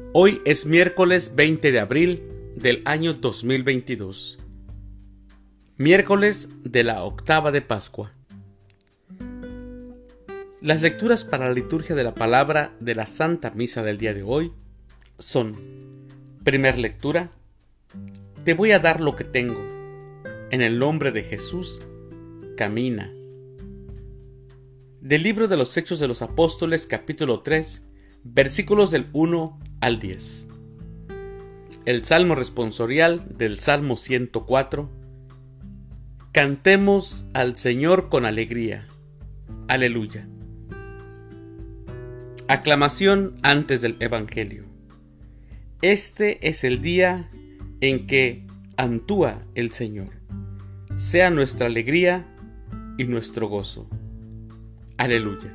Hoy es miércoles 20 de abril del año 2022. Miércoles de la octava de Pascua. Las lecturas para la liturgia de la palabra de la Santa Misa del día de hoy son: primer lectura, te voy a dar lo que tengo. En el nombre de Jesús, camina. Del libro de los Hechos de los Apóstoles, capítulo 3, versículos del 1 al 10. El Salmo responsorial del Salmo 104. Cantemos al Señor con alegría. Aleluya. Aclamación antes del Evangelio. Este es el día en que actúa el Señor. Sea nuestra alegría y nuestro gozo. Aleluya.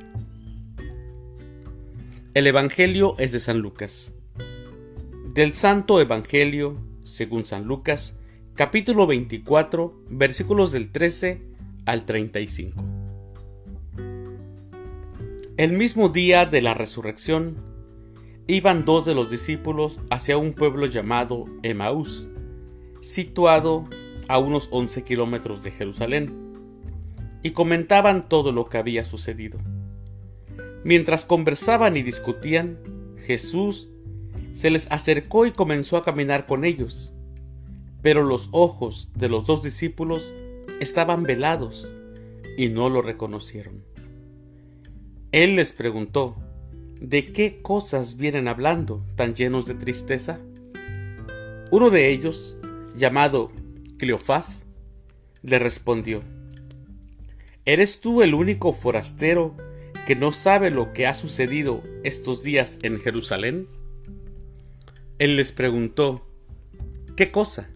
El Evangelio es de San Lucas. Del Santo Evangelio, según San Lucas, capítulo 24, versículos del 13 al 35. El mismo día de la resurrección, iban dos de los discípulos hacia un pueblo llamado Emaús, situado a unos 11 kilómetros de Jerusalén, y comentaban todo lo que había sucedido. Mientras conversaban y discutían, Jesús se les acercó y comenzó a caminar con ellos, pero los ojos de los dos discípulos estaban velados y no lo reconocieron. Él les preguntó: ¿de qué cosas vienen hablando tan llenos de tristeza? Uno de ellos, llamado Cleofás, le respondió: ¿eres tú el único forastero que no sabe lo que ha sucedido estos días en Jerusalén? Él les preguntó: ¿qué cosa?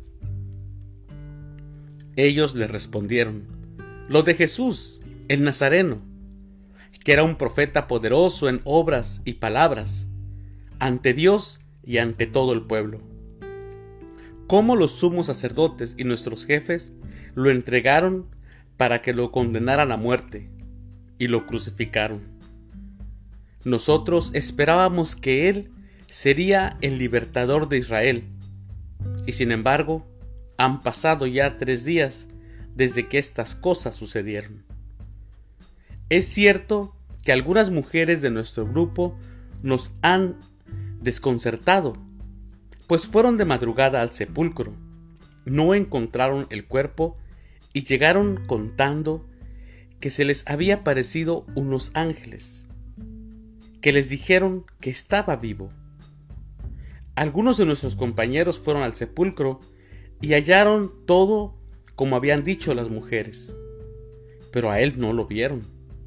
Ellos le respondieron: lo de Jesús, el Nazareno, que era un profeta poderoso en obras y palabras, ante Dios y ante todo el pueblo. Cómo los sumos sacerdotes y nuestros jefes lo entregaron para que lo condenaran a muerte, y lo crucificaron. Nosotros esperábamos que Él sería el libertador de Israel, y sin embargo, han pasado ya 3 días desde que estas cosas sucedieron. Es cierto que algunas mujeres de nuestro grupo nos han desconcertado, pues fueron de madrugada al sepulcro, no encontraron el cuerpo y llegaron contando que se les había aparecido unos ángeles, que les dijeron que estaba vivo. Algunos de nuestros compañeros fueron al sepulcro y hallaron todo como habían dicho las mujeres, pero a él no lo vieron.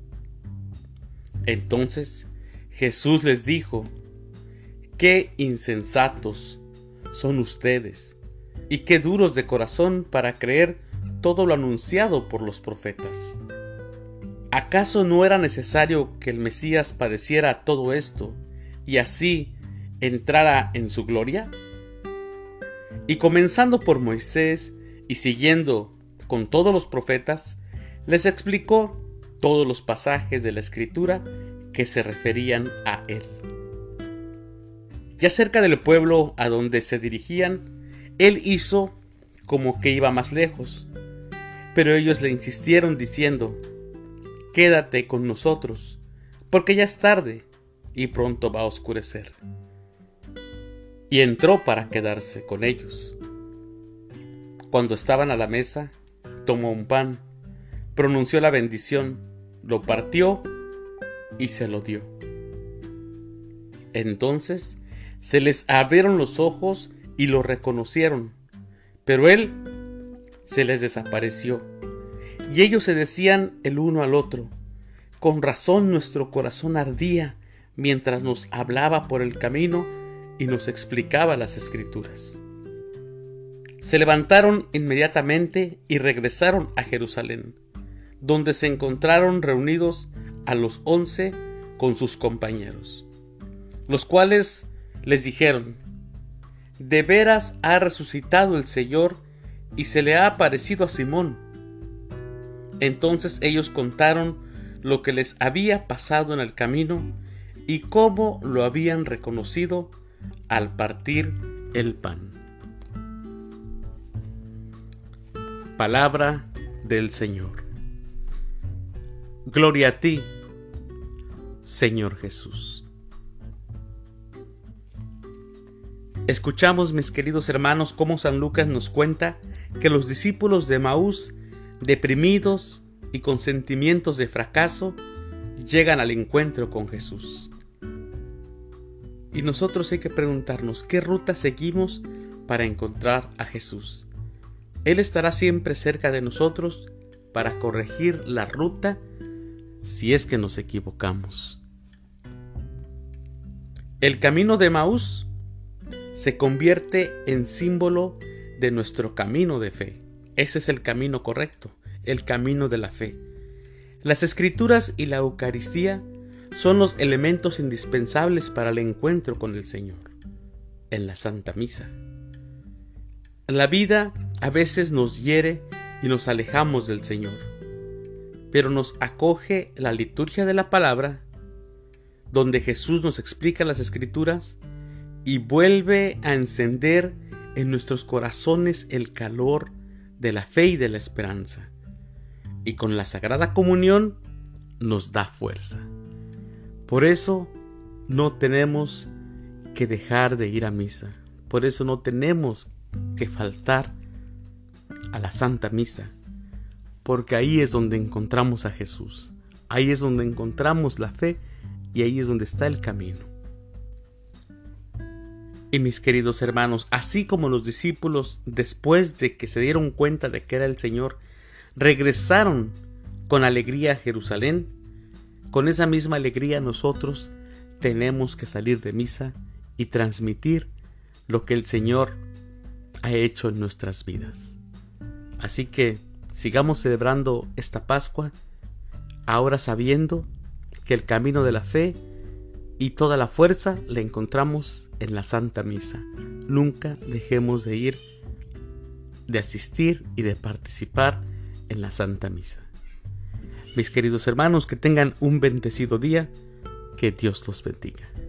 Entonces Jesús les dijo: qué insensatos son ustedes, y qué duros de corazón para creer todo lo anunciado por los profetas. ¿Acaso no era necesario que el Mesías padeciera todo esto y así entrara en su gloria? Y comenzando por Moisés y siguiendo con todos los profetas, les explicó todos los pasajes de la Escritura que se referían a él. Ya cerca del pueblo a donde se dirigían, él hizo como que iba más lejos, pero ellos le insistieron diciendo: quédate con nosotros, porque ya es tarde y pronto va a oscurecer. Y entró para quedarse con ellos. Cuando estaban a la mesa, tomó un pan, pronunció la bendición, lo partió y se lo dio. Entonces se les abrieron los ojos y lo reconocieron, pero él se les desapareció. Y ellos se decían el uno al otro: con razón nuestro corazón ardía mientras nos hablaba por el camino y nos explicaba las Escrituras. Se levantaron inmediatamente y regresaron a Jerusalén, donde se encontraron reunidos a los 11 con sus compañeros, los cuales les dijeron: de veras ha resucitado el Señor y se le ha aparecido a Simón. Entonces ellos contaron lo que les había pasado en el camino y cómo lo habían reconocido al partir el pan. Palabra del Señor. Gloria a ti, Señor Jesús. Escuchamos, mis queridos hermanos, cómo San Lucas nos cuenta que los discípulos de Emaús, deprimidos y con sentimientos de fracaso, llegan al encuentro con Jesús. Y nosotros hay que preguntarnos qué ruta seguimos para encontrar a Jesús. Él estará siempre cerca de nosotros para corregir la ruta si es que nos equivocamos. El camino de Emaús se convierte en símbolo de nuestro camino de fe. Ese es el camino correcto, el camino de la fe. Las Escrituras y la Eucaristía son los elementos indispensables para el encuentro con el Señor en la Santa Misa. La vida a veces nos hiere y nos alejamos del Señor, pero nos acoge la liturgia de la palabra, donde Jesús nos explica las Escrituras y vuelve a encender en nuestros corazones el calor de la fe y de la esperanza. Y con la Sagrada Comunión nos da fuerza. Por eso no tenemos que dejar de ir a misa. Por eso no tenemos que faltar a la Santa Misa. Porque ahí es donde encontramos a Jesús. Ahí es donde encontramos la fe y ahí es donde está el camino. Y mis queridos hermanos, así como los discípulos, después de que se dieron cuenta de que era el Señor, regresaron con alegría a Jerusalén, con esa misma alegría nosotros tenemos que salir de misa y transmitir lo que el Señor ha hecho en nuestras vidas. Así que sigamos celebrando esta Pascua, ahora sabiendo que el camino de la fe y toda la fuerza la encontramos en la Santa Misa. Nunca dejemos de asistir y de participar en la Santa Misa. Mis queridos hermanos, que tengan un bendecido día, que Dios los bendiga.